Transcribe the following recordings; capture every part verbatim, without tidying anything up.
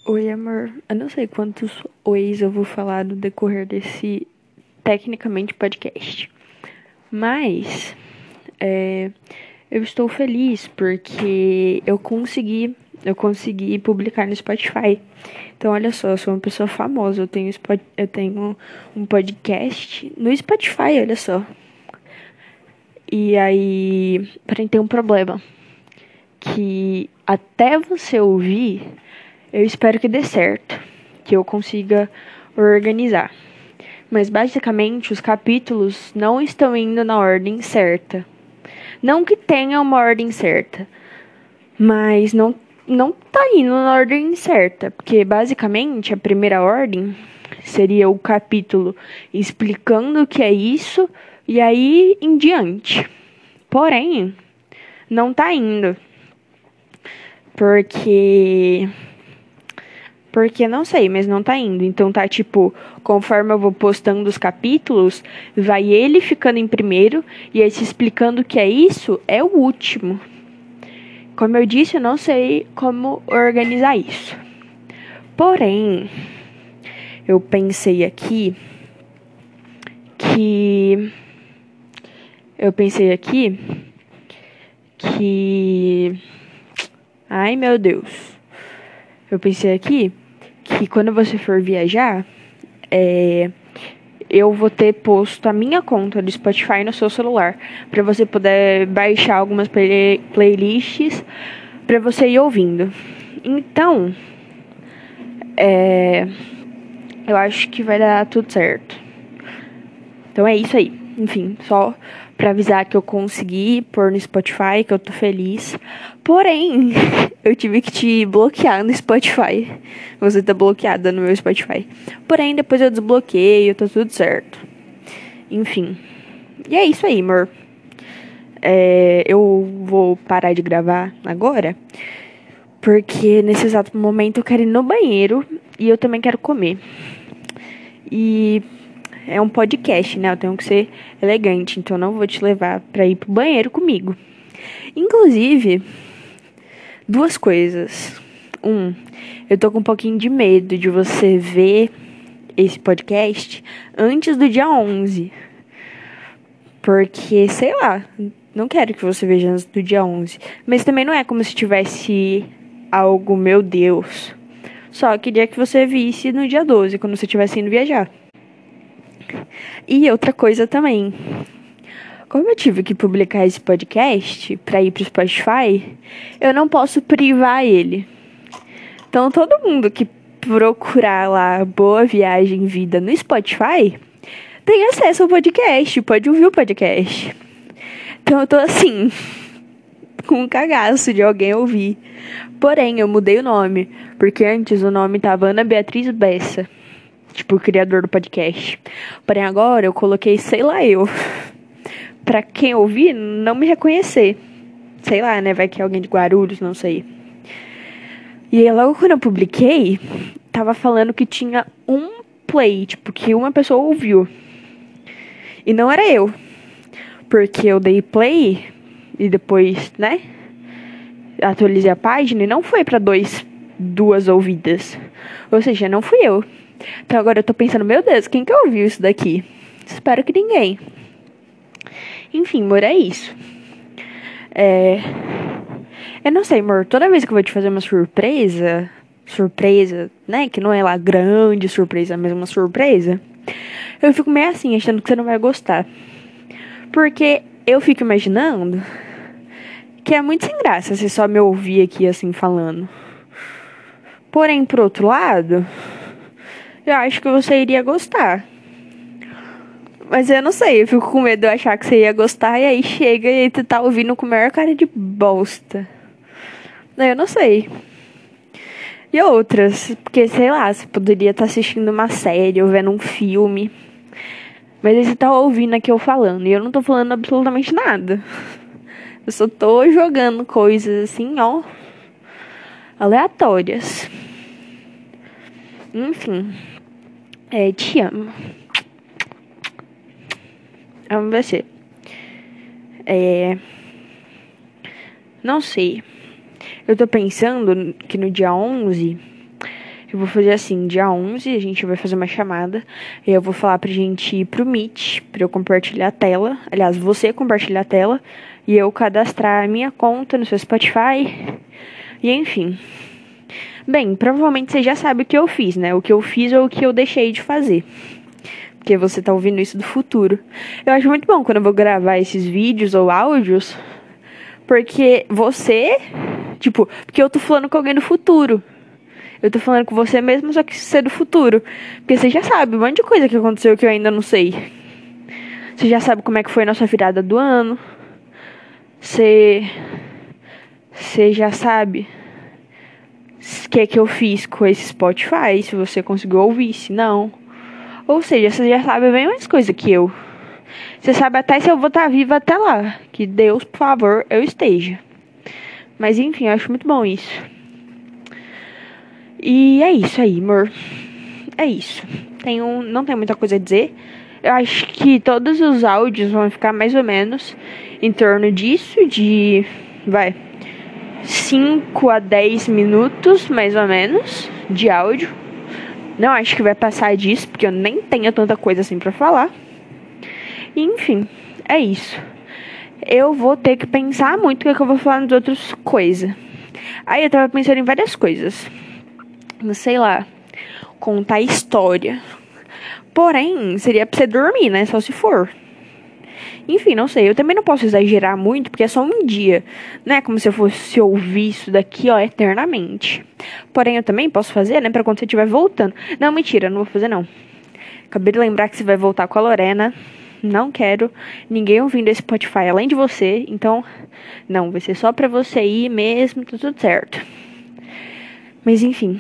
Oi, amor. Eu não sei quantos ois eu vou falar no decorrer desse, tecnicamente, podcast. Mas, é, eu estou feliz porque eu consegui, eu consegui publicar no Spotify. Então, olha só, eu sou uma pessoa famosa. Eu tenho, eu tenho um podcast no Spotify, olha só. E aí, porém, tem um problema. Que até você ouvir, eu espero que dê certo, que eu consiga organizar. Mas basicamente os capítulos não estão indo na ordem certa. Não que tenha uma ordem certa, mas não não tá indo na ordem certa, porque basicamente a primeira ordem seria o capítulo explicando o que é isso e aí em diante. Porém, não tá indo. Porque Porque não sei, mas não tá indo. Então tá tipo, conforme eu vou postando os capítulos, vai ele ficando em primeiro e aí se explicando o que é isso, é o último. Como eu disse, eu não sei como organizar isso. Porém, eu pensei aqui que eu pensei aqui que ai, meu Deus. Eu pensei aqui que quando você for viajar, é, eu vou ter posto a minha conta do Spotify no seu celular, para você poder baixar algumas play playlists para você ir ouvindo. Então, é, eu acho que vai dar tudo certo. Então é isso aí. Enfim, só pra avisar que eu consegui pôr no Spotify, que eu tô feliz. Porém, eu tive que te bloquear no Spotify. Você tá bloqueada no meu Spotify. Porém, depois eu desbloqueio, tá tudo certo. Enfim. E é isso aí, amor. É, eu vou parar de gravar agora, porque nesse exato momento eu quero ir no banheiro e eu também quero comer. E é um podcast, né? Eu tenho que ser elegante, então não vou te levar pra ir pro banheiro comigo. Inclusive, duas coisas. Um, eu tô com um pouquinho de medo de você ver esse podcast antes do dia onze. Porque, sei lá, não quero que você veja antes do dia onze. Mas também não é como se tivesse algo, meu Deus. Só queria que você visse no dia doze, quando você estivesse indo viajar. E outra coisa também. Como eu tive que publicar esse podcast pra ir pro Spotify, eu não posso privar ele. Então todo mundo que procurar lá Boa Viagem Vida no Spotify tem acesso ao podcast, pode ouvir o podcast. Então eu tô assim, com um cagaço de alguém ouvir. Porém, eu mudei o nome, porque antes o nome tava Ana Beatriz Bessa, tipo, o criador do podcast. Porém, agora eu coloquei sei lá eu, pra quem ouvir não me reconhecer. Sei lá, né, vai que é alguém de Guarulhos, não sei. E aí, logo quando eu publiquei, tava falando que tinha um play, tipo, que uma pessoa ouviu. E não era eu. Porque eu dei play e depois, né, atualizei a página e não foi pra dois, duas ouvidas. Ou seja, não fui eu. Então agora eu tô pensando, meu Deus, quem que ouviu isso daqui? Espero que ninguém. Enfim, amor, é isso. É... Eu não sei, amor, toda vez que eu vou te fazer uma surpresa, surpresa, né, que não é lá grande surpresa, mas uma surpresa, eu fico meio assim, achando que você não vai gostar. Porque eu fico imaginando que é muito sem graça você só me ouvir aqui assim falando. Porém, por outro lado, eu acho que você iria gostar. Mas eu não sei, eu fico com medo de eu achar que você ia gostar e aí chega e tu tá ouvindo com a maior cara de bosta. Eu não sei. E outras, porque sei lá, você poderia estar assistindo uma série ou vendo um filme. Mas aí você tá ouvindo aqui eu falando e eu não tô falando absolutamente nada. Eu só tô jogando coisas assim, ó, aleatórias. Enfim. É, te amo. Amo você. É... Não sei. Eu tô pensando que no dia onze Eu vou fazer assim, dia onze, a gente vai fazer uma chamada. E eu vou falar pra gente ir pro Meet, pra eu compartilhar a tela. Aliás, você compartilhar a tela. E eu cadastrar a minha conta no seu Spotify. E enfim. Bem, provavelmente você já sabe o que eu fiz, né? O que eu fiz ou o que eu deixei de fazer. Porque você tá ouvindo isso do futuro. Eu acho muito bom quando eu vou gravar esses vídeos ou áudios. Porque você... Tipo, porque eu tô falando com alguém do futuro. Eu tô falando com você mesmo, só que você é do futuro. Porque você já sabe um monte de coisa que aconteceu que eu ainda não sei. Você já sabe como é que foi a nossa virada do ano. Você... Você já sabe o que é que eu fiz com esse Spotify, se você conseguiu ouvir, se não. Ou seja, você já sabe bem mais coisa que eu. Você sabe até se eu vou estar viva até lá. Que Deus, por favor, eu esteja. Mas enfim, eu acho muito bom isso. E é isso aí, amor. É isso. Tenho, não tenho muita coisa a dizer. Eu acho que todos os áudios vão ficar mais ou menos em torno disso. De, vai, cinco a dez minutos, mais ou menos, de áudio. Não acho que vai passar disso, porque eu nem tenho tanta coisa assim pra falar. E, enfim, é isso. Eu vou ter que pensar muito o que, é que eu vou falar nas outras coisas. Aí eu tava pensando em várias coisas. Sei lá, contar história. Porém, seria pra você dormir, né? Só se for. Enfim, não sei. Eu também não posso exagerar muito, porque é só um dia. Não é como se eu fosse ouvir isso daqui, ó, eternamente. Porém, eu também posso fazer, né? Pra quando você estiver voltando. Não, mentira, não vou fazer, não. Acabei de lembrar que você vai voltar com a Lorena. Não quero ninguém ouvindo esse Spotify além de você. Então, não, vai ser só pra você ir mesmo, tá tudo certo. Mas, enfim.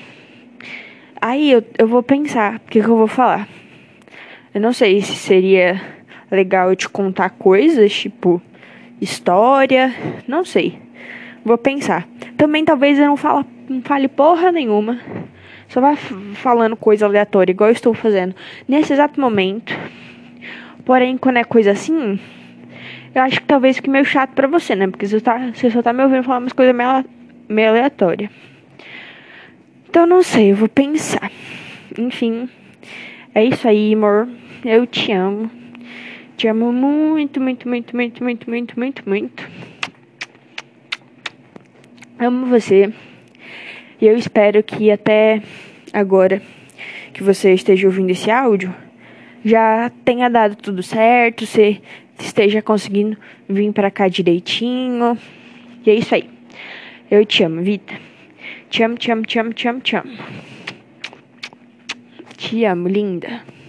Aí eu, eu vou pensar o que, que eu vou falar. Eu não sei se seria legal eu te contar coisas, tipo história, não sei. Vou pensar. Também talvez eu não, fala, não fale porra nenhuma. Só vá falando coisa aleatória, igual eu estou fazendo nesse exato momento. Porém, quando é coisa assim, eu acho que talvez fique meio chato pra você, né? Porque você, tá, você só tá me ouvindo falar umas coisas meio, meio aleatórias. Então, não sei, eu vou pensar. Enfim, é isso aí, amor. Eu te amo. Te amo muito, muito, muito, muito, muito, muito, muito, muito. Amo você. E eu espero que até agora que você esteja ouvindo esse áudio, já tenha dado tudo certo, você esteja conseguindo vir pra cá direitinho. E é isso aí. Eu te amo, Vita. Te amo, te amo, te amo, te amo, te amo. Te amo, linda.